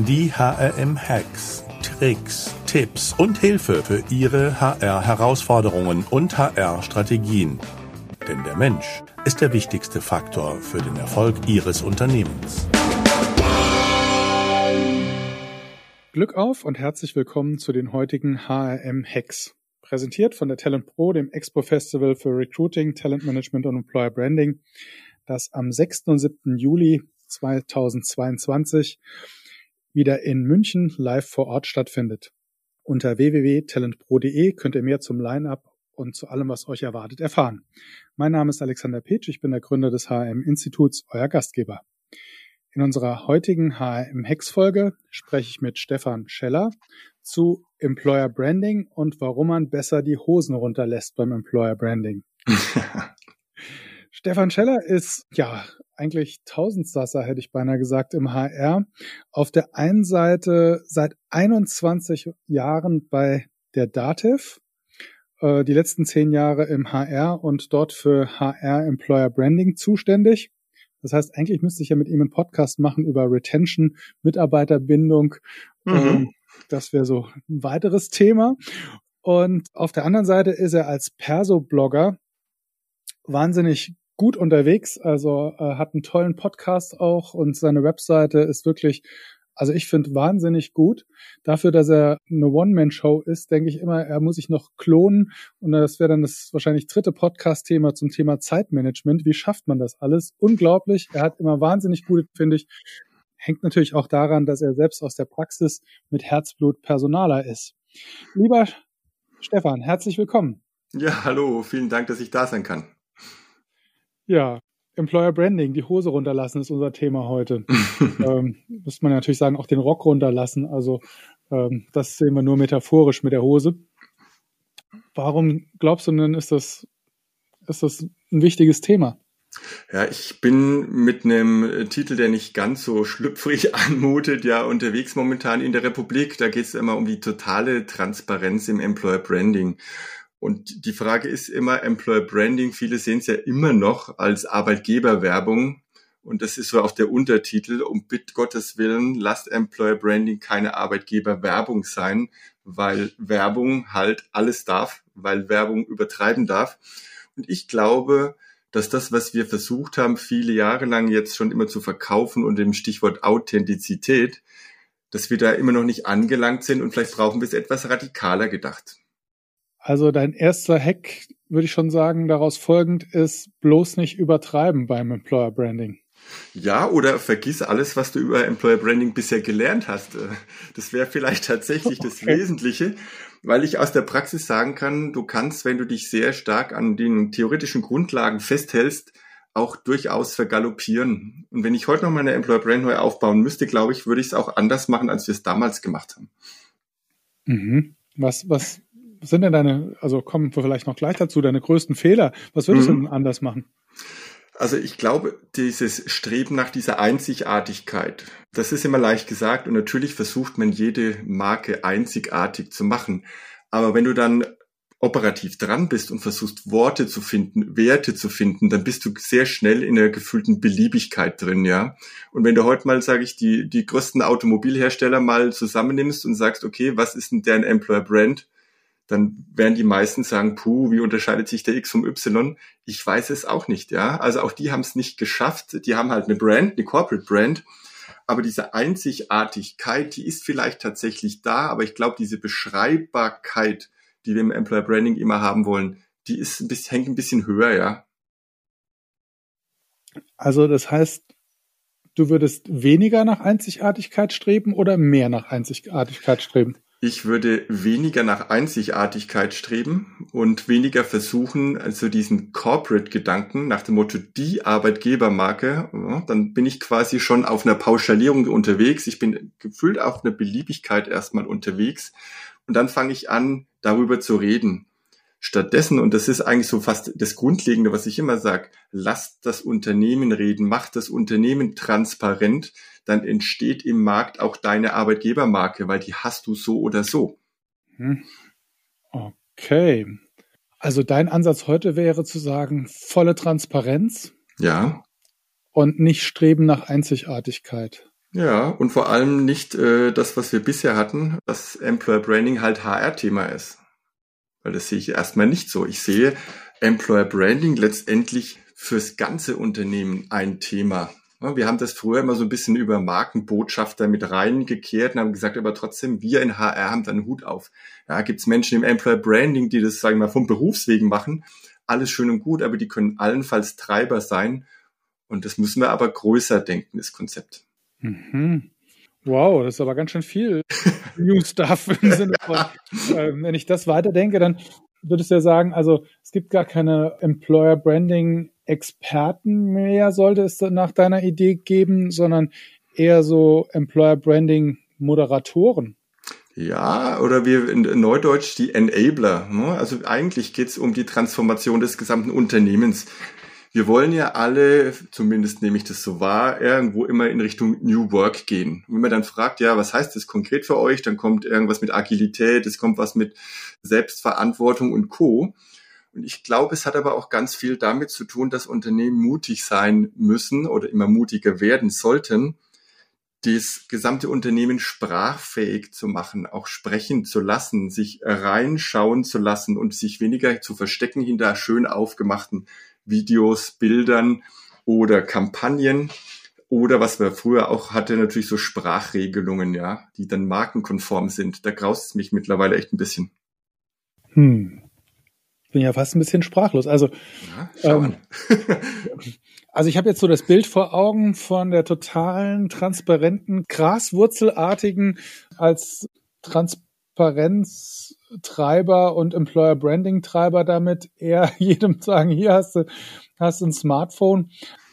Die HRM-Hacks, Tricks, Tipps und Hilfe für Ihre HR-Herausforderungen und HR-Strategien. Denn der Mensch ist der wichtigste Faktor für den Erfolg Ihres Unternehmens. Glück auf und herzlich willkommen zu den heutigen HRM-Hacks. Präsentiert von der Talent Pro, dem Expo-Festival für Recruiting, Talent Management und Employer Branding, das am 6. und 7. Juli 2022 wieder in München live vor Ort stattfindet. Unter www.talentpro.de könnt ihr mehr zum Line-Up und zu allem, was euch erwartet, erfahren. Mein Name ist Alexander Petsch, ich bin der Gründer des HRM-Instituts, euer Gastgeber. In unserer heutigen HRM-Hacks-Folge spreche ich mit Stefan Scheller zu Employer Branding und warum man besser die Hosen runterlässt beim Employer Branding. Stefan Scheller ist eigentlich Tausendsasser, hätte ich beinahe gesagt, im HR. Auf der einen Seite seit 21 Jahren bei der DATEV, die letzten 10 Jahre im HR und dort für HR Employer Branding zuständig. Das heißt, eigentlich müsste ich ja mit ihm einen Podcast machen über Retention, Mitarbeiterbindung. Das wäre so ein weiteres Thema. Und auf der anderen Seite ist er als Perso-Blogger wahnsinnig gut unterwegs. Also hat einen tollen Podcast auch und seine Webseite ist wirklich, also ich finde, wahnsinnig gut. Dafür, dass er eine One-Man-Show ist, denke ich immer, er muss sich noch klonen. Und das wäre dann das wahrscheinlich 3. Podcast-Thema zum Thema Zeitmanagement. Wie schafft man das alles? Unglaublich. Er hat immer wahnsinnig gute, finde ich. Hängt natürlich auch daran, dass er selbst aus der Praxis mit Herzblut Personaler ist. Lieber Stefan, herzlich willkommen. Ja, hallo. Vielen Dank, dass ich da sein kann. Ja, Employer Branding, die Hose runterlassen ist unser Thema heute. Muss man natürlich sagen, auch den Rock runterlassen. Also das sehen wir nur metaphorisch mit der Hose. Warum glaubst du denn, ist das ein wichtiges Thema? Ja, ich bin mit einem Titel, der nicht ganz so schlüpfrig anmutet, ja unterwegs momentan in der Republik. Da geht es immer um die totale Transparenz im Employer Branding. Und die Frage ist immer, Employer Branding, viele sehen es ja immer noch als Arbeitgeberwerbung. Und das ist so auch der Untertitel, um bitt Gottes Willen, lasst Employer Branding keine Arbeitgeberwerbung sein, weil Werbung halt alles darf, weil Werbung übertreiben darf. Und ich glaube, dass das, was wir versucht haben, viele Jahre lang jetzt schon immer zu verkaufen unter dem Stichwort Authentizität, dass wir da immer noch nicht angelangt sind und vielleicht brauchen wir es etwas radikaler gedacht. Also dein erster Hack, würde ich schon sagen, daraus folgend ist, bloß nicht übertreiben beim Employer Branding. Ja, oder vergiss alles, was du über Employer Branding bisher gelernt hast. Das wäre vielleicht tatsächlich das Wesentliche, weil ich aus der Praxis sagen kann, du kannst, wenn du dich sehr stark an den theoretischen Grundlagen festhältst, auch durchaus vergaloppieren. Und wenn ich heute noch meine Employer Brand neu aufbauen müsste, glaube ich, würde ich es auch anders machen, als wir es damals gemacht haben. Mhm. Was sind denn deine, also kommen wir vielleicht noch gleich dazu, deine größten Fehler? Was würdest du denn anders machen? Also ich glaube, dieses Streben nach dieser Einzigartigkeit, das ist immer leicht gesagt und natürlich versucht man jede Marke einzigartig zu machen. Aber wenn du dann operativ dran bist und versuchst Worte zu finden, Werte zu finden, dann bist du sehr schnell in der gefühlten Beliebigkeit drin, ja. Und wenn du heute mal, sage ich, die größten Automobilhersteller mal zusammennimmst und sagst, okay, was ist denn deren Employer Brand? Dann werden die meisten sagen, wie unterscheidet sich der X vom Y? Ich weiß es auch nicht, ja. Also auch die haben es nicht geschafft. Die haben halt eine Brand, eine Corporate Brand. Aber diese Einzigartigkeit, die ist vielleicht tatsächlich da. Aber ich glaube, diese Beschreibbarkeit, die wir im Employer Branding immer haben wollen, die ist hängt ein bisschen höher, ja. Also das heißt, du würdest weniger nach Einzigartigkeit streben oder mehr nach Einzigartigkeit streben? Ich würde weniger nach Einzigartigkeit streben und weniger versuchen, also diesen Corporate-Gedanken nach dem Motto, die Arbeitgebermarke, ja, dann bin ich quasi schon auf einer Pauschalierung unterwegs. Ich bin gefühlt auf einer Beliebigkeit erstmal unterwegs und dann fange ich an, darüber zu reden. Stattdessen, und das ist eigentlich so fast das Grundlegende, was ich immer sage, lasst das Unternehmen reden, macht das Unternehmen transparent, dann entsteht im Markt auch deine Arbeitgebermarke, weil die hast du so oder so. Okay. Also dein Ansatz heute wäre zu sagen, volle Transparenz. Ja. Und nicht streben nach Einzigartigkeit. Ja, und vor allem nicht das, was wir bisher hatten, dass Employer Branding halt HR-Thema ist. Weil das sehe ich erstmal nicht so. Ich sehe Employer Branding letztendlich fürs ganze Unternehmen ein Thema. Ja, wir haben das früher immer so ein bisschen über Markenbotschafter mit reingekehrt und haben gesagt, aber trotzdem, wir in HR haben da einen Hut auf. Ja, gibt es Menschen im Employer Branding, die das, sagen wir mal, vom Berufswegen machen. Alles schön und gut, aber die können allenfalls Treiber sein. Und das müssen wir aber größer denken, das Konzept. Mhm. Wow, das ist aber ganz schön viel New Stuff im Sinne von, wenn ich das weiterdenke, dann würdest du ja sagen, also es gibt gar keine Employer Branding Experten mehr, sollte es nach deiner Idee geben, sondern eher so Employer Branding Moderatoren. Ja, oder wir in Neudeutsch die Enabler. Ne? Also eigentlich geht es um die Transformation des gesamten Unternehmens. Wir wollen ja alle, zumindest nehme ich das so wahr, irgendwo immer in Richtung New Work gehen. Und wenn man dann fragt, ja, was heißt das konkret für euch, dann kommt irgendwas mit Agilität, es kommt was mit Selbstverantwortung und Co. Und ich glaube, es hat aber auch ganz viel damit zu tun, dass Unternehmen mutig sein müssen oder immer mutiger werden sollten, das gesamte Unternehmen sprachfähig zu machen, auch sprechen zu lassen, sich reinschauen zu lassen und sich weniger zu verstecken hinter schön aufgemachten Videos, Bildern oder Kampagnen oder was wir früher auch hatten, natürlich so Sprachregelungen, ja, die dann markenkonform sind. Da graust es mich mittlerweile echt ein bisschen. Ich bin ja fast ein bisschen sprachlos. Also, ja, schau an. Also ich habe jetzt so das Bild vor Augen von der totalen, transparenten, graswurzelartigen als Transparenztreiber und Employer Branding Treiber damit eher jedem sagen, hier hast du ein Smartphone,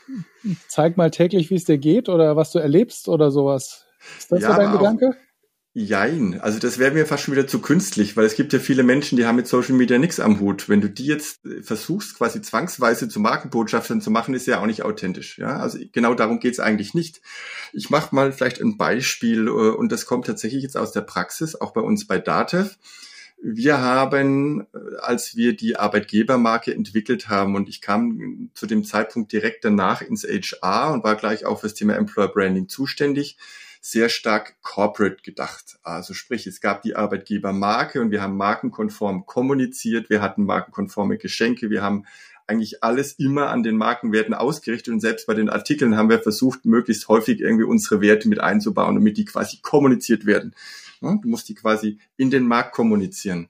zeig mal täglich, wie es dir geht oder was du erlebst oder sowas. Ist das so dein Gedanke? Jein, also das wäre mir fast schon wieder zu künstlich, weil es gibt ja viele Menschen, die haben mit Social Media nichts am Hut. Wenn du die jetzt versuchst, quasi zwangsweise zu Markenbotschaftern zu machen, ist ja auch nicht authentisch. Ja, also genau darum geht's eigentlich nicht. Ich mache mal vielleicht ein Beispiel und das kommt tatsächlich jetzt aus der Praxis, auch bei uns bei DATEV. Wir haben, als wir die Arbeitgebermarke entwickelt haben und ich kam zu dem Zeitpunkt direkt danach ins HR und war gleich auch fürs Thema Employer Branding zuständig, sehr stark corporate gedacht. Also sprich, es gab die Arbeitgebermarke und wir haben markenkonform kommuniziert, wir hatten markenkonforme Geschenke, wir haben eigentlich alles immer an den Markenwerten ausgerichtet und selbst bei den Artikeln haben wir versucht, möglichst häufig irgendwie unsere Werte mit einzubauen, damit die quasi kommuniziert werden. Du musst die quasi in den Markt kommunizieren.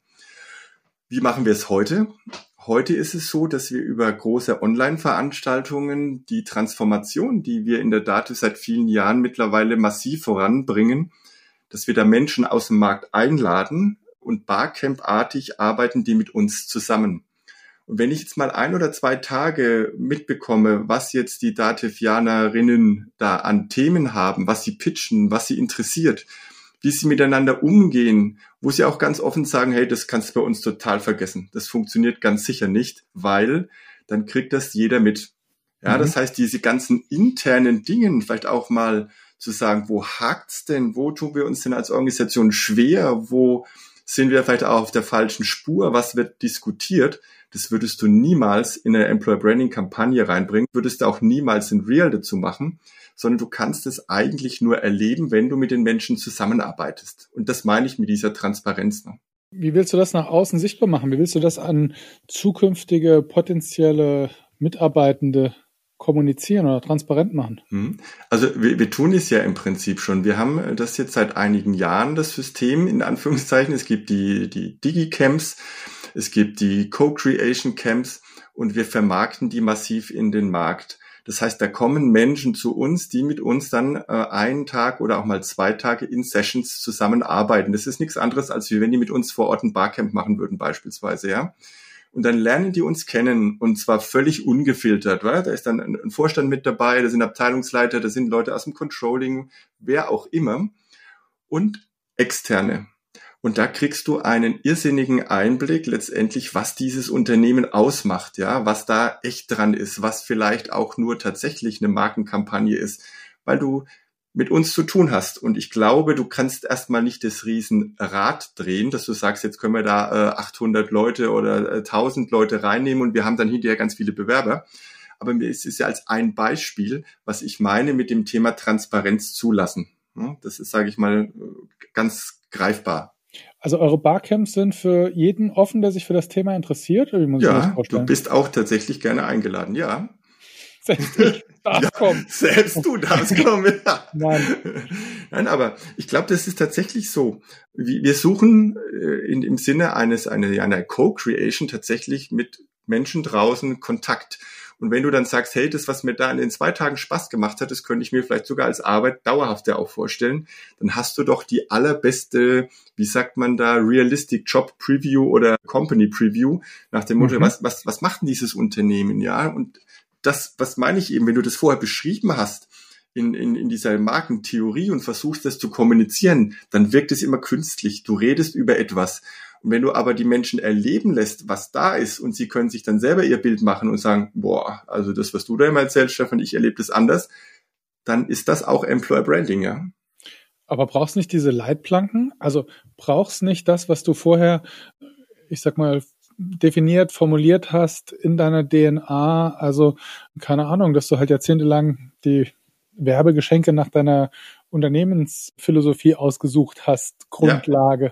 Wie machen wir es heute? Heute ist es so, dass wir über große Online-Veranstaltungen die Transformation, die wir in der DATEV seit vielen Jahren mittlerweile massiv voranbringen, dass wir da Menschen aus dem Markt einladen und Barcamp-artig arbeiten die mit uns zusammen. Und wenn ich jetzt mal 1 oder 2 Tage mitbekomme, was jetzt die DATEVianerinnen da an Themen haben, was sie pitchen, was sie interessiert, wie sie miteinander umgehen, wo sie auch ganz offen sagen, hey, das kannst du bei uns total vergessen. Das funktioniert ganz sicher nicht, weil dann kriegt das jeder mit. Ja, das heißt, diese ganzen internen Dingen, vielleicht auch mal zu sagen, wo hakt's denn? Wo tun wir uns denn als Organisation schwer? Wo sind wir vielleicht auch auf der falschen Spur? Was wird diskutiert? Das würdest du niemals in eine Employer Branding Kampagne reinbringen, würdest du auch niemals ein Reel dazu machen, sondern du kannst es eigentlich nur erleben, wenn du mit den Menschen zusammenarbeitest. Und das meine ich mit dieser Transparenz. Ne? Wie willst du das nach außen sichtbar machen? Wie willst du das an zukünftige potenzielle Mitarbeitende kommunizieren oder transparent machen? Also wir tun es ja im Prinzip schon. Wir haben das jetzt seit einigen Jahren, das System in Anführungszeichen. Es gibt die Digi-Camps, es gibt die Co-Creation-Camps und wir vermarkten die massiv in den Markt. Das heißt, da kommen Menschen zu uns, die mit uns dann einen Tag oder auch mal 2 Tage in Sessions zusammenarbeiten. Das ist nichts anderes, als wenn die mit uns vor Ort ein Barcamp machen würden beispielsweise, ja. Und dann lernen die uns kennen und zwar völlig ungefiltert, weil da ist dann ein Vorstand mit dabei, da sind Abteilungsleiter, da sind Leute aus dem Controlling, wer auch immer und Externe. Und da kriegst du einen irrsinnigen Einblick letztendlich, was dieses Unternehmen ausmacht, ja, was da echt dran ist, was vielleicht auch nur tatsächlich eine Markenkampagne ist, weil du mit uns zu tun hast. Und ich glaube, du kannst erstmal nicht das Riesenrad drehen, dass du sagst, jetzt können wir da 800 Leute oder 1000 Leute reinnehmen und wir haben dann hinterher ganz viele Bewerber. aber es ist ja als ein Beispiel, was ich meine mit dem Thema Transparenz zulassen. Das ist, sage ich mal, ganz greifbar. Also eure Barcamps sind für jeden offen, der sich für das Thema interessiert? Oder wie muss ich mir das vorstellen? Du bist auch tatsächlich gerne eingeladen, ja. Selbst ich darf kommen. Selbst du darfst kommen, ja. Nein, aber ich glaube, das ist tatsächlich so. Wir suchen im Sinne einer Co-Creation tatsächlich mit Menschen draußen Kontakt. Und wenn du dann sagst, hey, das, was mir da in den 2 Tagen Spaß gemacht hat, das könnte ich mir vielleicht sogar als Arbeit dauerhaft ja auch vorstellen, dann hast du doch die allerbeste, wie sagt man da, Realistic Job Preview oder Company Preview nach dem Motto, was macht denn dieses Unternehmen, ja? Und das, was meine ich eben, wenn du das vorher beschrieben hast, in dieser Markentheorie und versuchst, das zu kommunizieren, dann wirkt es immer künstlich. Du redest über etwas. Und wenn du aber die Menschen erleben lässt, was da ist, und sie können sich dann selber ihr Bild machen und sagen, boah, also das, was du da immer erzählst, Stefan, ich erlebe das anders, dann ist das auch Employer Branding, ja. Aber brauchst nicht diese Leitplanken? Also brauchst nicht das, was du vorher, ich sag mal, definiert, formuliert hast in deiner DNA? Also keine Ahnung, dass du halt jahrzehntelang die Werbegeschenke nach deiner Unternehmensphilosophie ausgesucht hast, Grundlage,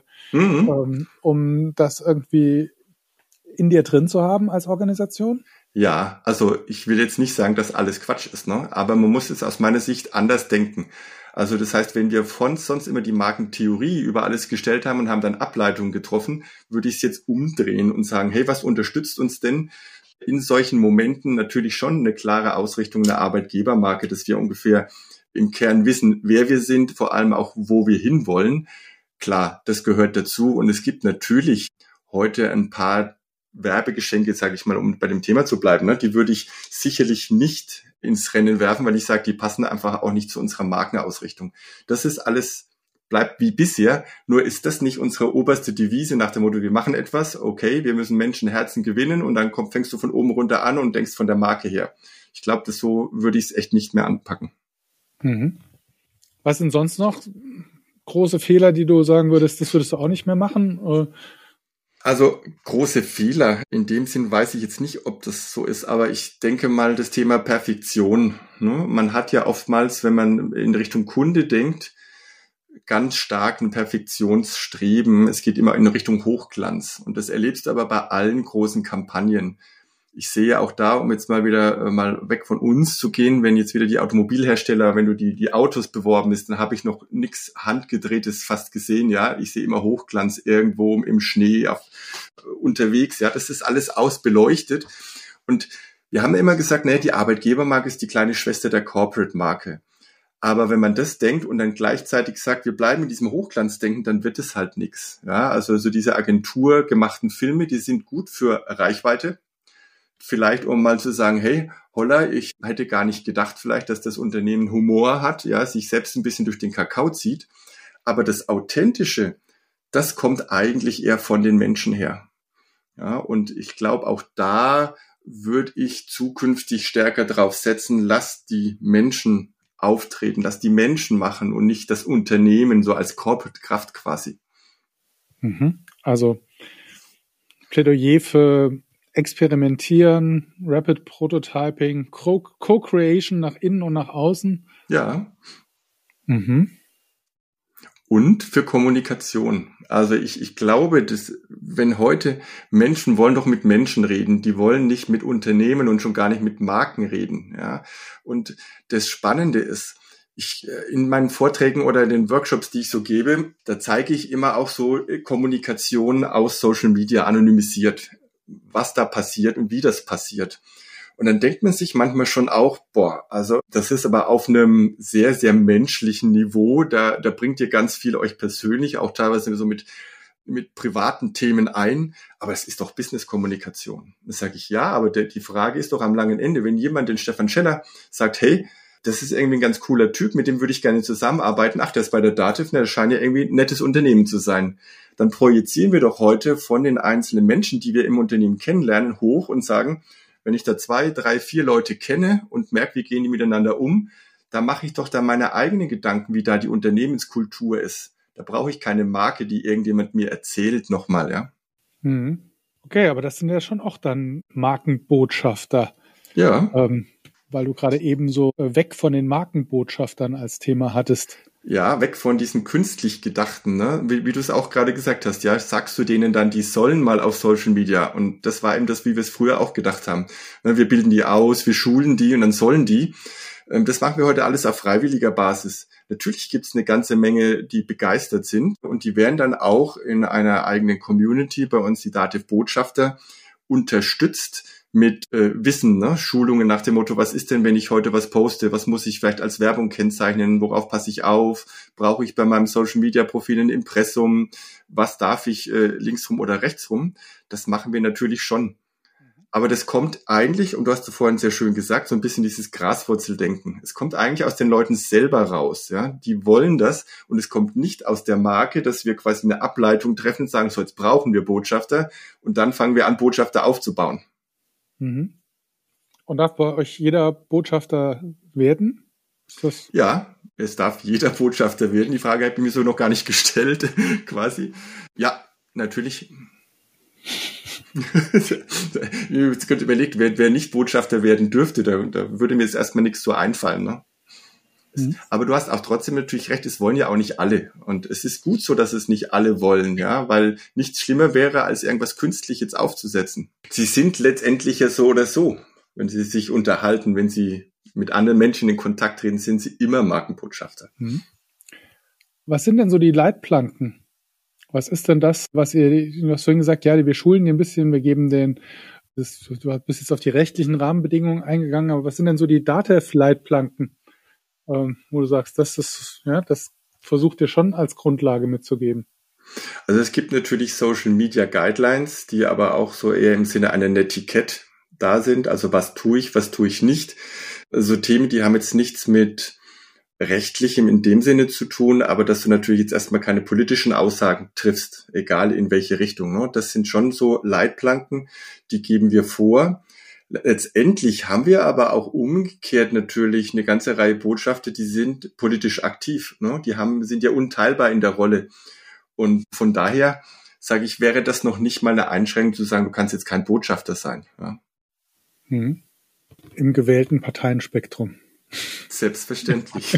um das irgendwie in dir drin zu haben als Organisation? Ja, also ich will jetzt nicht sagen, dass alles Quatsch ist, ne? Aber man muss es aus meiner Sicht anders denken. Also das heißt, wenn wir von sonst immer die Markentheorie über alles gestellt haben und haben dann Ableitungen getroffen, würde ich es jetzt umdrehen und sagen, hey, was unterstützt uns denn in solchen Momenten? Natürlich schon eine klare Ausrichtung einer Arbeitgebermarke, dass wir ungefähr im Kern wissen, wer wir sind, vor allem auch, wo wir hinwollen. Klar, das gehört dazu. Und es gibt natürlich heute ein paar Werbegeschenke, sage ich mal, um bei dem Thema zu bleiben, ne? Die würde ich sicherlich nicht ins Rennen werfen, weil ich sage, die passen einfach auch nicht zu unserer Markenausrichtung. Das ist alles, bleibt wie bisher, nur ist das nicht unsere oberste Devise nach dem Motto, wir machen etwas, okay, wir müssen Menschenherzen gewinnen und dann fängst du von oben runter an und denkst von der Marke her. Ich glaube, so würde ich es echt nicht mehr anpacken. Mhm. Was sind sonst noch große Fehler, die du sagen würdest, das würdest du auch nicht mehr machen? Also große Fehler, in dem Sinn weiß ich jetzt nicht, ob das so ist, aber ich denke mal das Thema Perfektion. Ne? Man hat ja oftmals, wenn man in Richtung Kunde denkt, ganz stark ein Perfektionsstreben. Es geht immer in Richtung Hochglanz und das erlebst du aber bei allen großen Kampagnen. Ich sehe auch da, um jetzt mal wieder mal weg von uns zu gehen, wenn jetzt wieder die Automobilhersteller, wenn du die Autos beworben bist, dann habe ich noch nichts Handgedrehtes fast gesehen, ja. Ich sehe immer Hochglanz irgendwo im Schnee unterwegs, ja. Das ist alles ausbeleuchtet. Und wir haben immer gesagt, die Arbeitgebermarke ist die kleine Schwester der Corporate-Marke. Aber wenn man das denkt und dann gleichzeitig sagt, wir bleiben in diesem Hochglanzdenken, dann wird es halt nichts. Ja, also so diese agenturgemachten Filme, die sind gut für Reichweite. Vielleicht, um mal zu sagen, hey, holla, ich hätte gar nicht gedacht vielleicht, dass das Unternehmen Humor hat, ja, sich selbst ein bisschen durch den Kakao zieht. Aber das Authentische, das kommt eigentlich eher von den Menschen her. Ja, und ich glaube, auch da würde ich zukünftig stärker drauf setzen, lass die Menschen auftreten, lass die Menschen machen und nicht das Unternehmen so als Corporate-Kraft quasi. Also Plädoyer für Experimentieren, Rapid Prototyping, Co-Creation nach innen und nach außen. Ja. Und für Kommunikation. Also ich glaube, dass wenn heute Menschen wollen doch mit Menschen reden, die wollen nicht mit Unternehmen und schon gar nicht mit Marken reden. Ja. Und das Spannende ist, in meinen Vorträgen oder in den Workshops, die ich so gebe, da zeige ich immer auch so Kommunikation aus Social Media anonymisiert, was da passiert und wie das passiert. Und dann denkt man sich manchmal schon auch, also das ist aber auf einem sehr, sehr menschlichen Niveau, da bringt ihr ganz viel euch persönlich, auch teilweise so mit privaten Themen ein, aber es ist doch Business-Kommunikation. Da sage ich, ja, aber die Frage ist doch am langen Ende, wenn jemand den Stefan Scheller sagt, hey, das ist irgendwie ein ganz cooler Typ, mit dem würde ich gerne zusammenarbeiten. Ach, der ist bei der Dativ, das scheint ja irgendwie ein nettes Unternehmen zu sein. Dann projizieren wir doch heute von den einzelnen Menschen, die wir im Unternehmen kennenlernen, hoch und sagen, wenn ich da 2, 3, 4 Leute kenne und merke, wie gehen die miteinander um, da mache ich doch da meine eigenen Gedanken, wie da die Unternehmenskultur ist. Da brauche ich keine Marke, die irgendjemand mir erzählt nochmal, ja. Okay, aber das sind ja schon auch dann Markenbotschafter. Ja. Weil du gerade eben so weg von den Markenbotschaftern als Thema hattest. Ja, weg von diesem künstlich Gedachten, ne? Wie du es auch gerade gesagt hast, ja, sagst du denen dann, die sollen mal auf Social Media. Und das war eben das, wie wir es früher auch gedacht haben. Wir bilden die aus, wir schulen die und dann sollen die. Das machen wir heute alles auf freiwilliger Basis. Natürlich gibt es eine ganze Menge, die begeistert sind und die werden dann auch in einer eigenen Community, bei uns die Dativ Botschafter, unterstützt mit Wissen, ne? Schulungen nach dem Motto, was ist denn, wenn ich heute was poste, was muss ich vielleicht als Werbung kennzeichnen, worauf passe ich auf, brauche ich bei meinem Social-Media-Profil ein Impressum, was darf ich linksrum oder rechtsrum, das machen wir natürlich schon. Aber das kommt eigentlich, und du hast es vorhin sehr schön gesagt, so ein bisschen dieses Graswurzeldenken. Es kommt eigentlich aus den Leuten selber raus, ja. Die wollen das und es kommt nicht aus der Marke, dass wir quasi eine Ableitung treffen und sagen, so jetzt brauchen wir Botschafter und dann fangen wir an, Botschafter aufzubauen. Mhm. Und darf bei euch jeder Botschafter werden? Ja, es darf jeder Botschafter werden. Die Frage habe ich mir so noch gar nicht gestellt, quasi. Ja, natürlich. Jetzt könnt ihr überlegt, wer nicht Botschafter werden dürfte, da würde mir jetzt erstmal nichts so einfallen, ne? Aber du hast auch trotzdem natürlich recht, es wollen ja auch nicht alle. Und es ist gut so, dass es nicht alle wollen, ja, weil nichts schlimmer wäre, als irgendwas künstlich jetzt aufzusetzen. Sie sind letztendlich ja so oder so. Wenn sie sich unterhalten, wenn sie mit anderen Menschen in Kontakt treten, sind sie immer Markenbotschafter. Was sind denn so die Leitplanken? Was ist denn das, du hast vorhin gesagt, ja, wir schulen die ein bisschen, wir geben du bist jetzt auf die rechtlichen Rahmenbedingungen eingegangen, aber was sind denn so die DATEV-Leitplanken? Wo du sagst, das versucht ihr schon als Grundlage mitzugeben. Also es gibt natürlich Social Media Guidelines, die aber auch so eher im Sinne einer Netiquette da sind. Also was tue ich nicht. Also Themen, die haben jetzt nichts mit Rechtlichem in dem Sinne zu tun, aber dass du natürlich jetzt erstmal keine politischen Aussagen triffst, egal in welche Richtung, ne? Das sind schon so Leitplanken, die geben wir vor. Letztendlich haben wir aber auch umgekehrt natürlich eine ganze Reihe Botschafter, die sind politisch aktiv, ne? Sind ja unteilbar in der Rolle. Und von daher, sage ich, wäre das noch nicht mal eine Einschränkung zu sagen, du kannst jetzt kein Botschafter sein. Ja? Im gewählten Parteienspektrum. Selbstverständlich.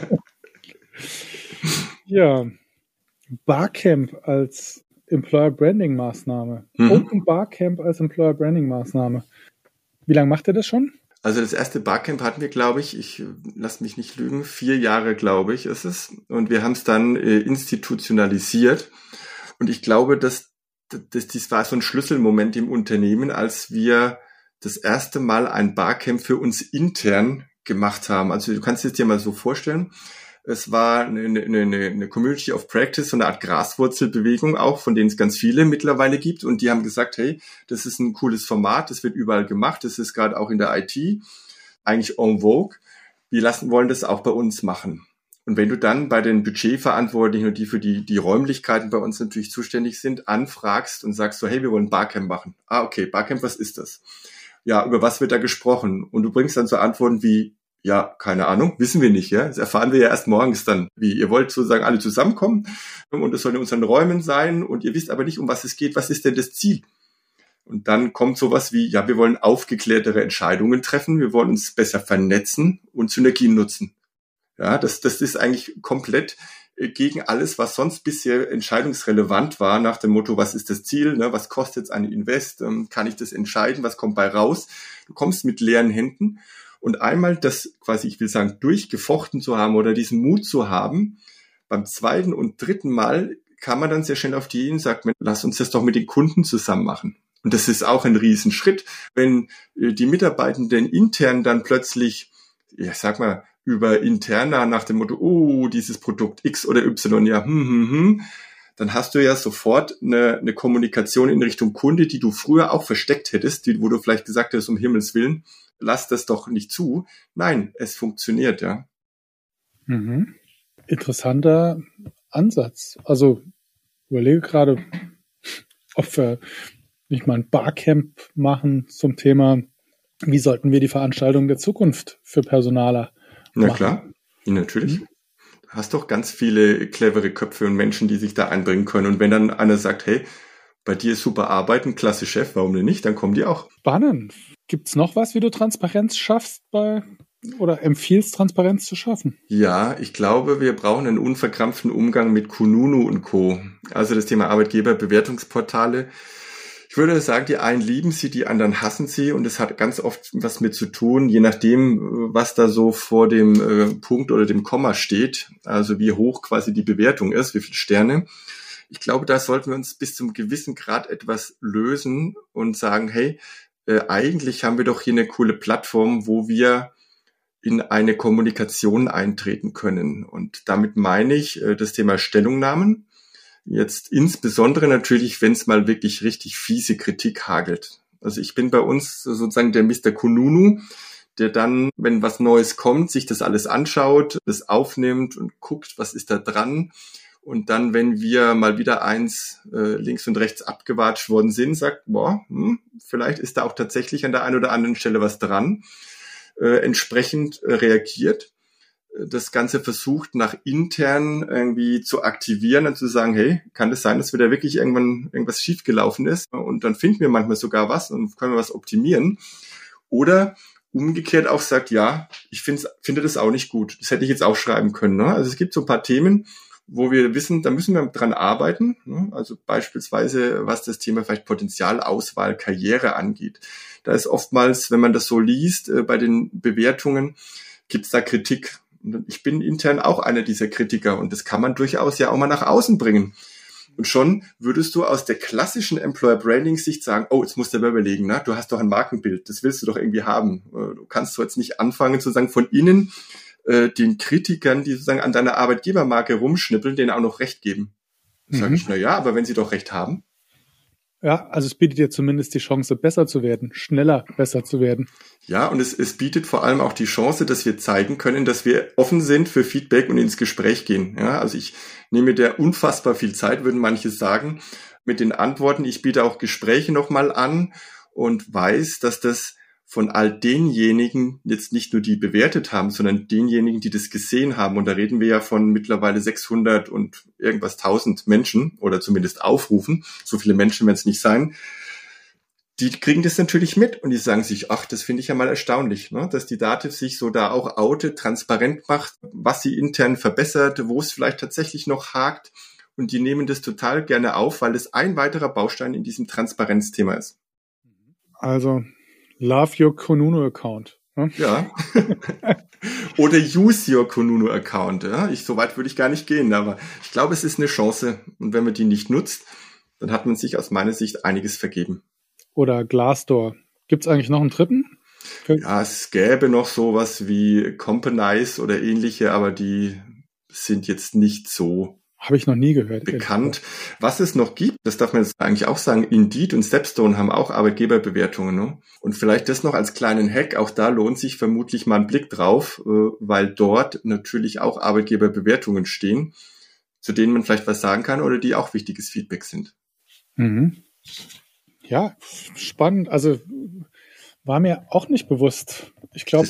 Ja, Barcamp als Employer Branding Maßnahme. Open Barcamp als Employer Branding Maßnahme. Wie lange macht ihr das schon? Also das erste Barcamp hatten wir, glaube ich lasse mich nicht lügen, 4 Jahre, glaube ich, ist es. Und wir haben es dann institutionalisiert. Und ich glaube, dass das war so ein Schlüsselmoment im Unternehmen, als wir das erste Mal ein Barcamp für uns intern gemacht haben. Also du kannst es dir mal so vorstellen, es war eine Community of Practice, so eine Art Graswurzelbewegung auch, von denen es ganz viele mittlerweile gibt. Und die haben gesagt, hey, das ist ein cooles Format, das wird überall gemacht, das ist gerade auch in der IT eigentlich en vogue. Wir wollen das auch bei uns machen. Und wenn du dann bei den Budgetverantwortlichen und die für die Räumlichkeiten bei uns natürlich zuständig sind, anfragst und sagst so, hey, wir wollen Barcamp machen. Ah, okay, Barcamp, was ist das? Ja, über was wird da gesprochen? Und du bringst dann so Antworten wie, ja, keine Ahnung, wissen wir nicht, ja. Das erfahren wir ja erst morgens dann, wie ihr wollt sozusagen alle zusammenkommen und es soll in unseren Räumen sein und ihr wisst aber nicht, um was es geht. Was ist denn das Ziel? Und dann kommt sowas wie, ja, wir wollen aufgeklärtere Entscheidungen treffen, wir wollen uns besser vernetzen und Synergien nutzen. Ja, das ist eigentlich komplett gegen alles, was sonst bisher entscheidungsrelevant war, nach dem Motto, was ist das Ziel, ne? Was kostet es ein Invest, kann ich das entscheiden, was kommt bei raus? Du kommst mit leeren Händen und einmal das quasi, ich will sagen, durchgefochten zu haben oder diesen Mut zu haben, beim zweiten und dritten Mal kann man dann sehr schnell auf die Idee und sagt, lass uns das doch mit den Kunden zusammen machen. Und das ist auch ein Riesenschritt, wenn die Mitarbeitenden intern dann plötzlich, ja, sag mal, über Interna nach dem Motto, dieses Produkt X oder Y, ja, dann hast du ja sofort eine Kommunikation in Richtung Kunde, die du früher auch versteckt hättest, wo du vielleicht gesagt hättest, um Himmels Willen, lass das doch nicht zu. Nein, es funktioniert, ja. Interessanter Ansatz. Also, überlege gerade, ob wir nicht mal ein Barcamp machen zum Thema, wie sollten wir die Veranstaltung der Zukunft für Personaler Na klar, natürlich. Du hast doch ganz viele clevere Köpfe und Menschen, die sich da einbringen können. Und wenn dann einer sagt, hey, bei dir ist super Arbeiten, klasse Chef, warum denn nicht? Dann kommen die auch. Spannend. Gibt's noch was, wie du Transparenz schaffst oder empfiehlst, Transparenz zu schaffen? Ja, ich glaube, wir brauchen einen unverkrampften Umgang mit Kununu und Co. Also das Thema Arbeitgeberbewertungsportale. Ich würde sagen, die einen lieben sie, die anderen hassen sie, und es hat ganz oft was mit zu tun, je nachdem, was da so vor dem Punkt oder dem Komma steht, also wie hoch quasi die Bewertung ist, wie viele Sterne. Ich glaube, da sollten wir uns bis zum gewissen Grad etwas lösen und sagen, hey, eigentlich haben wir doch hier eine coole Plattform, wo wir in eine Kommunikation eintreten können. Und damit meine ich das Thema Stellungnahmen. Jetzt insbesondere natürlich, wenn es mal wirklich richtig fiese Kritik hagelt. Also ich bin bei uns sozusagen der Mr. Kununu, der dann, wenn was Neues kommt, sich das alles anschaut, das aufnimmt und guckt, was ist da dran. Und dann, wenn wir mal wieder eins links und rechts abgewatscht worden sind, sagt, vielleicht ist da auch tatsächlich an der einen oder anderen Stelle was dran, entsprechend reagiert. Das Ganze versucht nach intern irgendwie zu aktivieren und zu sagen, hey, kann es sein, dass wieder wirklich irgendwas schiefgelaufen ist? Und dann finden wir manchmal sogar was und können wir was optimieren. Oder umgekehrt auch sagt, ja, ich finde das auch nicht gut. Das hätte ich jetzt auch schreiben können. Ne? Also es gibt so ein paar Themen, wo wir wissen, da müssen wir dran arbeiten. Ne? Also beispielsweise, was das Thema vielleicht Potenzialauswahl, Karriere angeht. Da ist oftmals, wenn man das so liest, bei den Bewertungen, gibt es da Kritik. Und ich bin intern auch einer dieser Kritiker, und das kann man durchaus ja auch mal nach außen bringen. Und schon würdest du aus der klassischen Employer Branding Sicht sagen, jetzt musst du aber überlegen, ne? Du hast doch ein Markenbild, das willst du doch irgendwie haben. Du kannst doch jetzt nicht anfangen zu sagen, von innen den Kritikern, die sozusagen an deiner Arbeitgebermarke rumschnippeln, denen auch noch Recht geben. Sag ich, aber wenn sie doch Recht haben. Ja, also es bietet dir zumindest die Chance, besser zu werden, schneller besser zu werden. Ja, und es bietet vor allem auch die Chance, dass wir zeigen können, dass wir offen sind für Feedback und ins Gespräch gehen. Ja, also ich nehme der unfassbar viel Zeit, würden manche sagen, mit den Antworten. Ich biete auch Gespräche nochmal an und weiß, dass das von all denjenigen jetzt nicht nur die bewertet haben, sondern denjenigen, die das gesehen haben. Und da reden wir ja von mittlerweile 600 und irgendwas 1000 Menschen oder zumindest Aufrufen. So viele Menschen werden es nicht sein. Die kriegen das natürlich mit und die sagen sich, das finde ich ja mal erstaunlich, ne? Dass die Dativ sich so da auch outet, transparent macht, was sie intern verbessert, wo es vielleicht tatsächlich noch hakt. Und die nehmen das total gerne auf, weil es ein weiterer Baustein in diesem Transparenzthema ist. Also love your Kununu Account. Ne? Ja. Oder use your Kununu Account. Ja? So weit würde ich gar nicht gehen, aber ich glaube, es ist eine Chance. Und wenn man die nicht nutzt, dann hat man sich aus meiner Sicht einiges vergeben. Oder Glassdoor. Gibt es eigentlich noch einen dritten? Ja, es gäbe noch sowas wie Companize oder ähnliche, aber die sind jetzt nicht so habe ich noch nie gehört. bekannt. Was es noch gibt, das darf man jetzt eigentlich auch sagen, Indeed und Stepstone haben auch Arbeitgeberbewertungen. Ne? Und vielleicht das noch als kleinen Hack, auch da lohnt sich vermutlich mal ein Blick drauf, weil dort natürlich auch Arbeitgeberbewertungen stehen, zu denen man vielleicht was sagen kann oder die auch wichtiges Feedback sind. Mhm. Ja, spannend. Also war mir auch nicht bewusst. Ich glaube,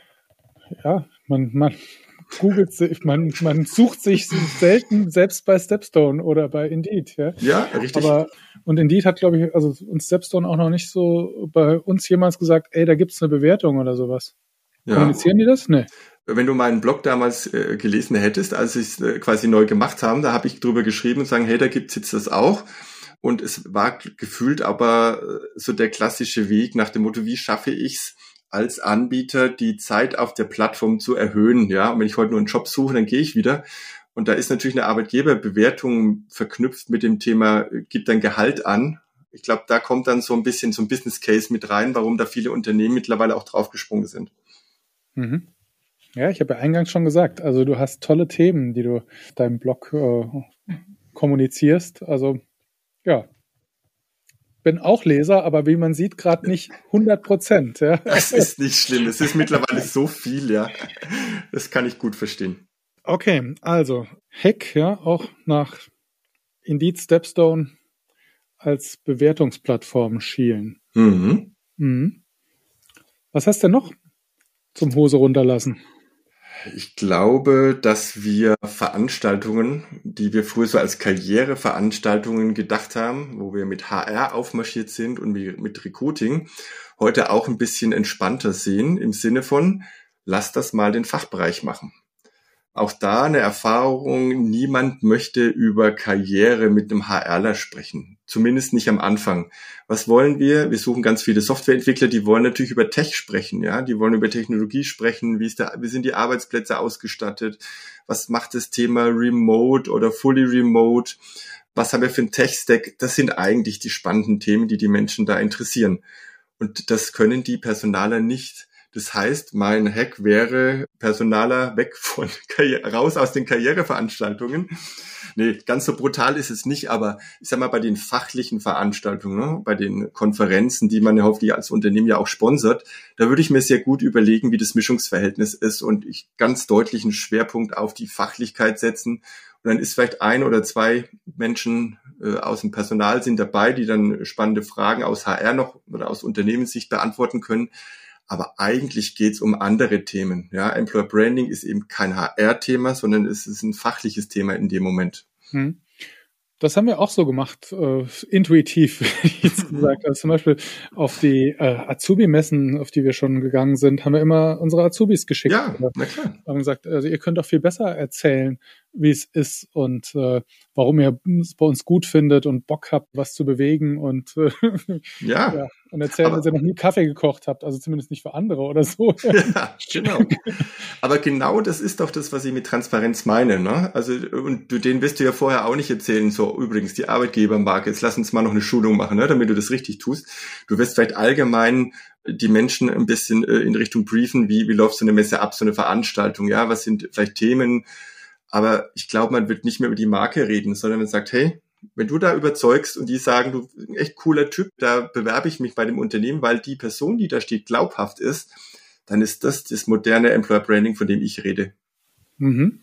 ja, man googelt sich, man sucht sich selten selbst bei Stepstone oder bei Indeed. Ja, richtig. Und Indeed hat, glaube ich, also uns Stepstone auch noch nicht so bei uns jemals gesagt, da gibt's eine Bewertung oder sowas. Ja. Kommunizieren die das? Nee. Wenn du meinen Blog damals gelesen hättest, als sie es quasi neu gemacht haben, da habe ich drüber geschrieben und sagen, hey, da gibt's jetzt das auch. Und es war gefühlt aber so der klassische Weg nach dem Motto, wie schaffe ich's als Anbieter, die Zeit auf der Plattform zu erhöhen? Ja, und wenn ich heute nur einen Job suche, dann gehe ich wieder. Und da ist natürlich eine Arbeitgeberbewertung verknüpft mit dem Thema, gib dein Gehalt an. Ich glaube, da kommt dann so ein bisschen so ein Business Case mit rein, warum da viele Unternehmen mittlerweile auch draufgesprungen sind. Mhm. Ja, ich habe ja eingangs schon gesagt, also du hast tolle Themen, die du auf deinem Blog kommunizierst. Also ja, bin auch Leser, aber wie man sieht, gerade nicht 100%. Ja. Das ist nicht schlimm. Es ist mittlerweile so viel, ja. Das kann ich gut verstehen. Okay, also Hack, ja, auch nach Indeed, Stepstone als Bewertungsplattform schielen. Mhm. Mhm. Was hast du denn noch zum Hose runterlassen? Ich glaube, dass wir Veranstaltungen, die wir früher so als Karriereveranstaltungen gedacht haben, wo wir mit HR aufmarschiert sind und mit Recruiting, heute auch ein bisschen entspannter sehen im Sinne von, lass das mal den Fachbereich machen. Auch da eine Erfahrung, niemand möchte über Karriere mit einem HRler sprechen. Zumindest nicht am Anfang. Was wollen wir? Wir suchen ganz viele Softwareentwickler, die wollen natürlich über Tech sprechen, ja. Die wollen über Technologie sprechen. Wie sind die Arbeitsplätze ausgestattet? Was macht das Thema Remote oder Fully Remote? Was haben wir für einen Tech-Stack? Das sind eigentlich die spannenden Themen, die die Menschen da interessieren. Und das können die Personaler nicht. Das heißt, mein Hack wäre Personaler weg von raus aus den Karriereveranstaltungen. Nee, ganz so brutal ist es nicht, aber ich sag mal, bei den fachlichen Veranstaltungen, ne, bei den Konferenzen, die man ja hoffentlich als Unternehmen ja auch sponsert, da würde ich mir sehr gut überlegen, wie das Mischungsverhältnis ist und ich ganz deutlich einen Schwerpunkt auf die Fachlichkeit setzen. Und dann ist vielleicht 1 oder 2 Menschen aus dem Personal sind dabei, die dann spannende Fragen aus HR noch oder aus Unternehmenssicht beantworten können. Aber eigentlich geht's um andere Themen. Ja, Employer Branding ist eben kein HR-Thema, sondern es ist ein fachliches Thema in dem Moment. Das haben wir auch so gemacht, intuitiv, wie ich jetzt gesagt habe. Zum Beispiel auf die Azubi-Messen, auf die wir schon gegangen sind, haben wir immer unsere Azubis geschickt. Ja, na klar. Haben gesagt, also ihr könnt doch viel besser erzählen, wie es ist und warum ihr es bei uns gut findet und Bock habt, was zu bewegen und ja. Und erzählen, dass ihr noch nie Kaffee gekocht habt, also zumindest nicht für andere oder so. Ja, genau. Aber genau das ist doch das, was ich mit Transparenz meine, ne? Also, und den wirst du ja vorher auch nicht erzählen, so, übrigens, die Arbeitgebermarke, jetzt lass uns mal noch eine Schulung machen, ne, damit du das richtig tust. Du wirst vielleicht allgemein die Menschen ein bisschen in Richtung briefen, wie läuft so eine Messe ab, so eine Veranstaltung, ja, was sind vielleicht Themen, aber ich glaube, man wird nicht mehr über die Marke reden, sondern man sagt, hey, wenn du da überzeugst und die sagen, du bist ein echt cooler Typ, da bewerbe ich mich bei dem Unternehmen, weil die Person, die da steht, glaubhaft ist, dann ist das moderne Employer Branding, von dem ich rede. Mhm.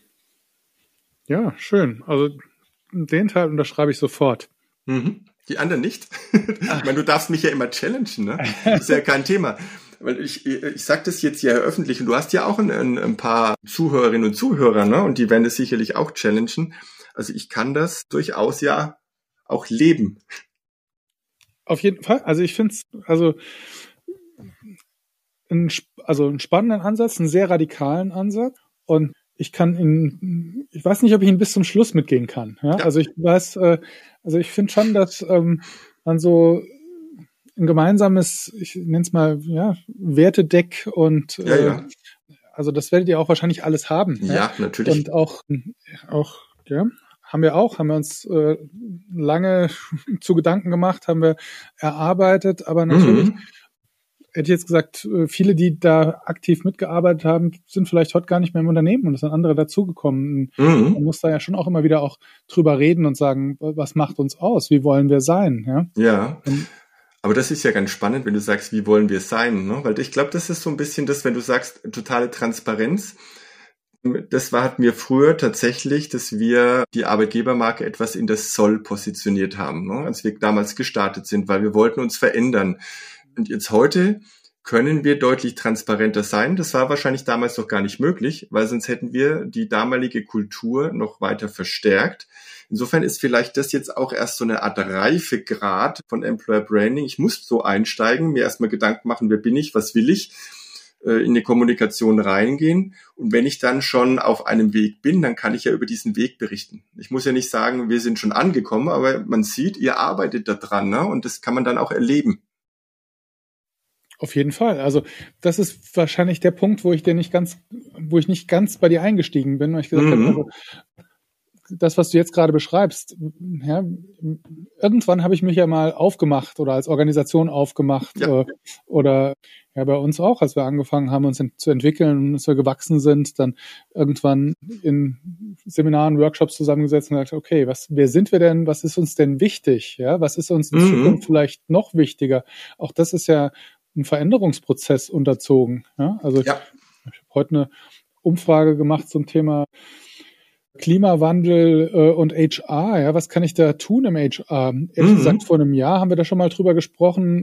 Ja, schön. Also den Teil unterschreibe ich sofort. Mhm. Die anderen nicht. Ich meine, du darfst mich ja immer challengen, ne? Das ist ja kein Thema. Weil ich sage das jetzt ja öffentlich und du hast ja auch ein paar Zuhörerinnen und Zuhörer, ne? Und die werden das sicherlich auch challengen. Also ich kann das durchaus ja auch leben. Auf jeden Fall. Also ich finde es einen spannenden Ansatz, einen sehr radikalen Ansatz. Und ich weiß nicht, ob ich ihn bis zum Schluss mitgehen kann. Ja? Ja. Also ich finde schon, dass man so ein gemeinsames, ich nenne es mal, ja, Wertedeck und also das werdet ihr auch wahrscheinlich alles haben. Ja, natürlich. Und auch ja, haben wir uns lange zu Gedanken gemacht, haben wir erarbeitet, aber natürlich hätte ich jetzt gesagt, viele, die da aktiv mitgearbeitet haben, sind vielleicht heute gar nicht mehr im Unternehmen und es sind andere dazugekommen. Man muss da ja schon auch immer wieder auch drüber reden und sagen, was macht uns aus? Wie wollen wir sein? Ja. Ja. Aber das ist ja ganz spannend, wenn du sagst, wie wollen wir sein? Ne? Weil ich glaube, das ist so ein bisschen das, wenn du sagst, totale Transparenz. Das hatten wir früher tatsächlich, dass wir die Arbeitgebermarke etwas in das Soll positioniert haben, ne? Als wir damals gestartet sind, weil wir wollten uns verändern. Und jetzt heute können wir deutlich transparenter sein. Das war wahrscheinlich damals doch gar nicht möglich, weil sonst hätten wir die damalige Kultur noch weiter verstärkt. Insofern ist vielleicht das jetzt auch erst so eine Art Reifegrad von Employer Branding. Ich muss so einsteigen, mir erstmal Gedanken machen, wer bin ich, was will ich, in die Kommunikation reingehen. Und wenn ich dann schon auf einem Weg bin, dann kann ich ja über diesen Weg berichten. Ich muss ja nicht sagen, wir sind schon angekommen, aber man sieht, ihr arbeitet da dran, ne? Und das kann man dann auch erleben. Auf jeden Fall. Also das ist wahrscheinlich der Punkt, wo ich nicht ganz bei dir eingestiegen bin, weil ich gesagt habe, also, das, was du jetzt gerade beschreibst, ja, irgendwann habe ich mich ja mal aufgemacht oder als Organisation aufgemacht oder ja bei uns auch, als wir angefangen haben, uns zu entwickeln, als wir gewachsen sind, dann irgendwann in Seminaren, Workshops zusammengesetzt und gesagt, okay, wer sind wir denn? Was ist uns denn wichtig? Ja, was ist uns in Zukunft vielleicht noch wichtiger? Auch das ist ja ein Veränderungsprozess unterzogen. Ja? Also ich habe heute eine Umfrage gemacht zum Thema Klimawandel und HR. Ja, was kann ich da tun im HR? Ehrlich gesagt, vor einem Jahr haben wir da schon mal drüber gesprochen.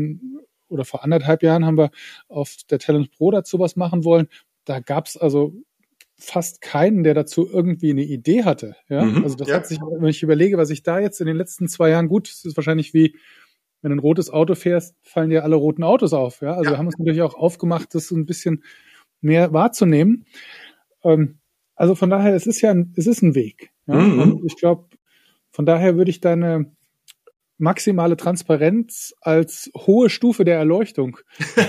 Vor 1,5 Jahren haben wir auf der Talent Pro dazu was machen wollen. Da gab's also fast keinen, der dazu irgendwie eine Idee hatte. Ja, also das hat sich, wenn ich überlege, was ich da jetzt in den letzten 2 Jahren, gut, es ist wahrscheinlich wie, wenn du ein rotes Auto fährst, fallen dir alle roten Autos auf. Ja, also wir haben uns natürlich auch aufgemacht, das so ein bisschen mehr wahrzunehmen. Also von daher, es ist ein Weg. Ja? Und ich glaube, von daher würde ich deine maximale Transparenz als hohe Stufe der Erleuchtung,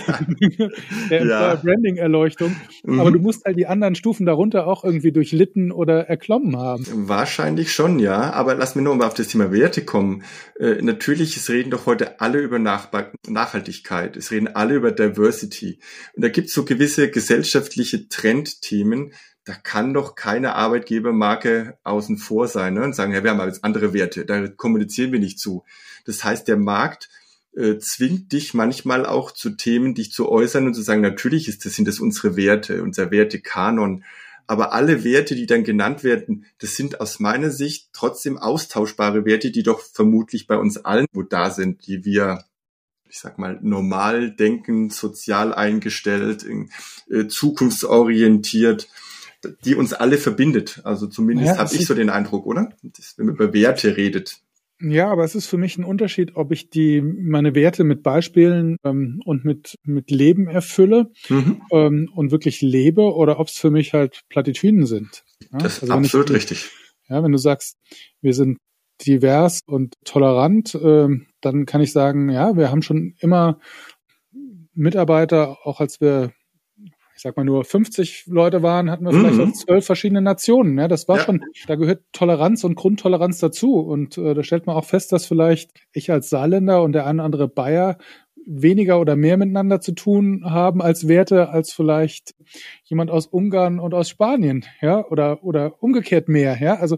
der Employer Branding Erleuchtung, aber du musst halt die anderen Stufen darunter auch irgendwie durchlitten oder erklommen haben. Wahrscheinlich schon, ja, aber lass mir nur mal auf das Thema Werte kommen. Natürlich, es reden doch heute alle über Nachhaltigkeit, es reden alle über Diversity und da gibt es so gewisse gesellschaftliche Trendthemen, da kann doch keine Arbeitgebermarke außen vor sein, ne? Und sagen, ja, wir haben aber jetzt andere Werte, da kommunizieren wir nicht zu. Das heißt, der Markt zwingt dich manchmal auch zu Themen, dich zu äußern und zu sagen, natürlich sind das unsere Werte, unser Wertekanon. Aber alle Werte, die dann genannt werden, das sind aus meiner Sicht trotzdem austauschbare Werte, die doch vermutlich bei uns allen wo da sind, die wir, ich sag mal, normal denken, sozial eingestellt, zukunftsorientiert, die uns alle verbindet. Also zumindest habe ich so den Eindruck, oder? Wenn man über Werte redet. Ja, aber es ist für mich ein Unterschied, ob ich meine Werte mit Beispielen und mit Leben erfülle und wirklich lebe oder ob es für mich halt Plattitüden sind. Ja? Das ist absolut richtig. Ja, wenn du sagst, wir sind divers und tolerant, dann kann ich sagen, ja, wir haben schon immer Mitarbeiter, auch als wir, ich sag mal, nur 50 Leute waren, hatten wir vielleicht auch 12 verschiedene Nationen. Ja, das war schon, da gehört Toleranz und Grundtoleranz dazu. Und da stellt man auch fest, dass vielleicht ich als Saarländer und der eine oder andere Bayer weniger oder mehr miteinander zu tun haben als Werte, als vielleicht jemand aus Ungarn und aus Spanien, ja, oder umgekehrt mehr, ja. Also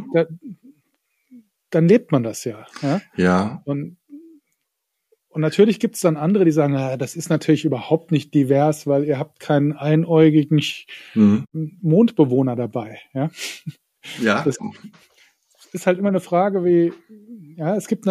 dann lebt man das ja. Ja. Und natürlich gibt es dann andere, die sagen, das ist natürlich überhaupt nicht divers, weil ihr habt keinen einäugigen Mondbewohner dabei. Ja. Das ist halt immer eine Frage, es gibt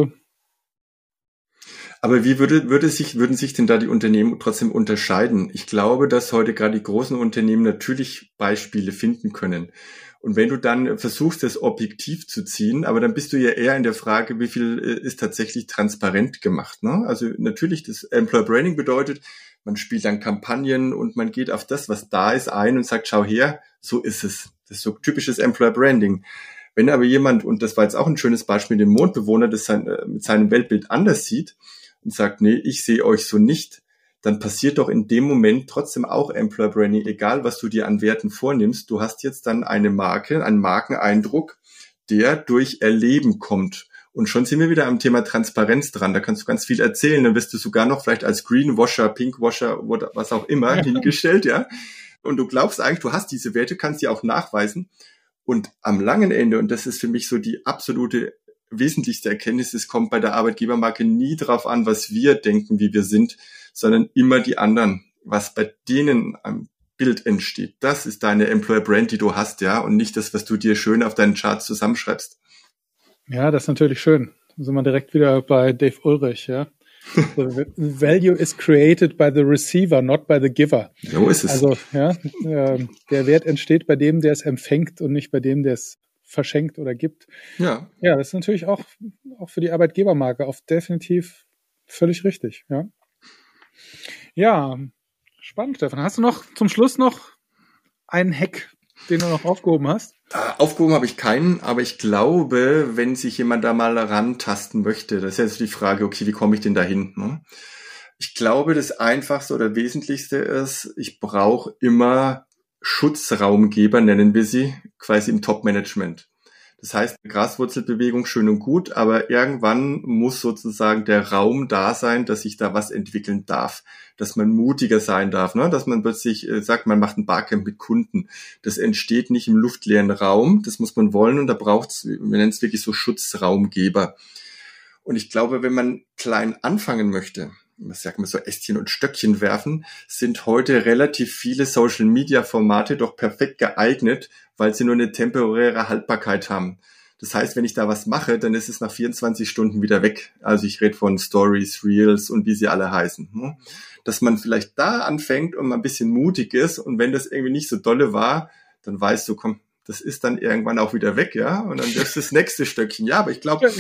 Aber wie würden sich denn da die Unternehmen trotzdem unterscheiden? Ich glaube, dass heute gerade die großen Unternehmen natürlich Beispiele finden können. Und wenn du dann versuchst, das objektiv zu ziehen, aber dann bist du ja eher in der Frage, wie viel ist tatsächlich transparent gemacht, ne? Also natürlich, das Employer Branding bedeutet, man spielt dann Kampagnen und man geht auf das, was da ist, ein und sagt, schau her, so ist es. Das ist so typisches Employer Branding. Wenn aber jemand, und das war jetzt auch ein schönes Beispiel, den Mondbewohner, das mit seinem Weltbild anders sieht und sagt, nee, ich sehe euch so nicht, dann passiert doch in dem Moment trotzdem auch Employer Branding, egal was du dir an Werten vornimmst. Du hast jetzt dann eine Marke, einen Markeneindruck, der durch Erleben kommt. Und schon sind wir wieder am Thema Transparenz dran. Da kannst du ganz viel erzählen. Dann wirst du sogar noch vielleicht als Greenwasher, Pinkwasher oder was auch immer hingestellt, ja. Und du glaubst eigentlich, du hast diese Werte, kannst die auch nachweisen. Und am langen Ende, und das ist für mich so die absolute wesentlichste Erkenntnis, es kommt bei der Arbeitgebermarke nie drauf an, was wir denken, wie wir sind, sondern immer die anderen, was bei denen am Bild entsteht. Das ist deine Employer Brand, die du hast, ja, und nicht das, was du dir schön auf deinen Charts zusammenschreibst. Ja, das ist natürlich schön. Da sind wir direkt wieder bei Dave Ulrich, ja. The value is created by the receiver, not by the giver. So ist es. Also, der Wert entsteht bei dem, der es empfängt und nicht bei dem, der es verschenkt oder gibt. Ja. Ja, das ist natürlich auch für die Arbeitgebermarke definitiv völlig richtig, ja. Ja, spannend, Stefan. Hast du zum Schluss noch einen Hack, den du noch aufgehoben hast? Aufgehoben habe ich keinen, aber ich glaube, wenn sich jemand da mal rantasten möchte, das ist jetzt die Frage, okay, wie komme ich denn dahin? Ne? Ich glaube, das Einfachste oder Wesentlichste ist, ich brauche immer Schutzraumgeber, nennen wir sie, quasi im Top-Management. Das heißt, Graswurzelbewegung schön und gut, aber irgendwann muss sozusagen der Raum da sein, dass sich da was entwickeln darf, dass man mutiger sein darf, ne? Dass man plötzlich sagt, man macht ein Barcamp mit Kunden. Das entsteht nicht im luftleeren Raum, das muss man wollen und da braucht's, wir nennen es wirklich so Schutzraumgeber. Und ich glaube, wenn man klein anfangen möchte, was sagt man so, Ästchen und Stöckchen werfen, sind heute relativ viele Social-Media-Formate doch perfekt geeignet, weil sie nur eine temporäre Haltbarkeit haben. Das heißt, wenn ich da was mache, dann ist es nach 24 Stunden wieder weg. Also ich rede von Stories, Reels und wie sie alle heißen. Ne? Dass man vielleicht da anfängt und mal ein bisschen mutig ist und wenn das irgendwie nicht so dolle war, dann weißt du, komm, das ist dann irgendwann auch wieder weg, ja, und dann wirst du das nächste Stöckchen. Ja, aber ich glaube,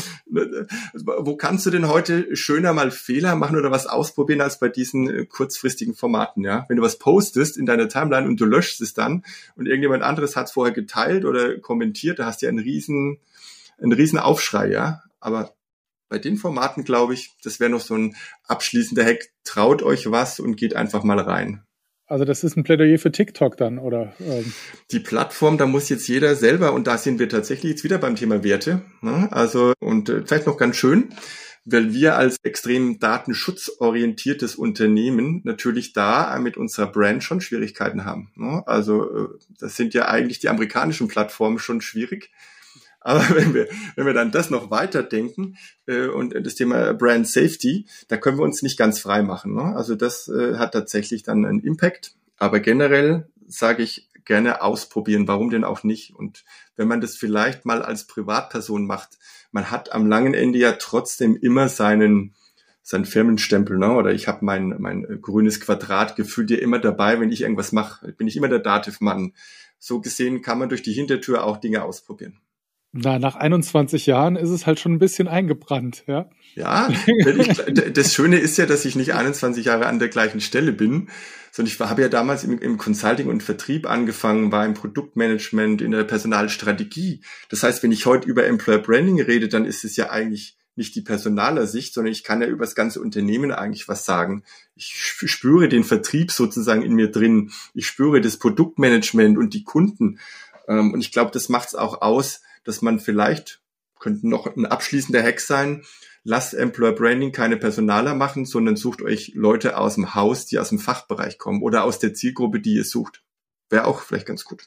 wo kannst du denn heute schöner mal Fehler machen oder was ausprobieren als bei diesen kurzfristigen Formaten, ja? Wenn du was postest in deiner Timeline und du löschst es dann und irgendjemand anderes hat es vorher geteilt oder kommentiert, da hast du ja einen riesen Aufschrei, ja, aber bei den Formaten, glaube ich, das wäre noch so ein abschließender Hack, traut euch was und geht einfach mal rein. Also das ist ein Plädoyer für TikTok dann, oder? Die Plattform, da muss jetzt jeder selber, und da sind wir tatsächlich jetzt wieder beim Thema Werte, ne? Also, und vielleicht noch ganz schön, weil wir als extrem datenschutzorientiertes Unternehmen natürlich da mit unserer Brand schon Schwierigkeiten haben, ne? Also das sind ja eigentlich die amerikanischen Plattformen schon schwierig. Aber wenn wir dann das noch weiterdenken und das Thema Brand Safety, da können wir uns nicht ganz frei machen, ne? Also das hat tatsächlich dann einen Impact. Aber generell sage ich gerne ausprobieren, warum denn auch nicht? Und wenn man das vielleicht mal als Privatperson macht, man hat am langen Ende ja trotzdem immer seinen Firmenstempel, ne? Oder ich habe mein grünes Quadrat gefühlt ja immer dabei, wenn ich irgendwas mache. Bin ich immer der Dativ-Mann. So gesehen kann man durch die Hintertür auch Dinge ausprobieren. Na, nach 21 Jahren ist es halt schon ein bisschen eingebrannt, ja. Ja, das Schöne ist ja, dass ich nicht 21 Jahre an der gleichen Stelle bin, sondern ich habe ja damals im Consulting und Vertrieb angefangen, war im Produktmanagement, in der Personalstrategie. Das heißt, wenn ich heute über Employer Branding rede, dann ist es ja eigentlich nicht die Personalersicht, sondern ich kann ja über das ganze Unternehmen eigentlich was sagen. Ich spüre den Vertrieb sozusagen in mir drin. Ich spüre das Produktmanagement und die Kunden. Und ich glaube, das macht es auch aus, dass man vielleicht, könnte noch ein abschließender Hack sein, lasst Employer Branding keine Personaler machen, sondern sucht euch Leute aus dem Haus, die aus dem Fachbereich kommen oder aus der Zielgruppe, die ihr sucht. Wäre auch vielleicht ganz gut.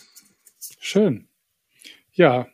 Schön. Ja.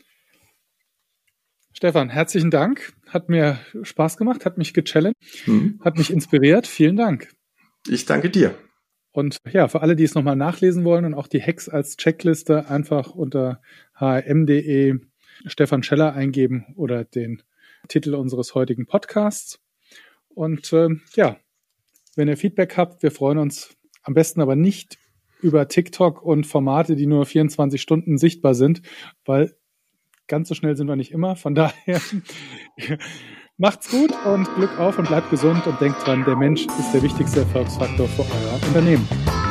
Stefan, herzlichen Dank. Hat mir Spaß gemacht, hat mich gechallenged, hat mich inspiriert. Vielen Dank. Ich danke dir. Und ja, für alle, die es nochmal nachlesen wollen und auch die Hacks als Checkliste, einfach unter hrm.de Stefan Scheller eingeben oder den Titel unseres heutigen Podcasts. Und ja, wenn ihr Feedback habt, wir freuen uns am besten aber nicht über TikTok und Formate, die nur 24 Stunden sichtbar sind, weil ganz so schnell sind wir nicht immer. Von daher macht's gut und Glück auf und bleibt gesund und denkt dran, der Mensch ist der wichtigste Erfolgsfaktor für euer Unternehmen.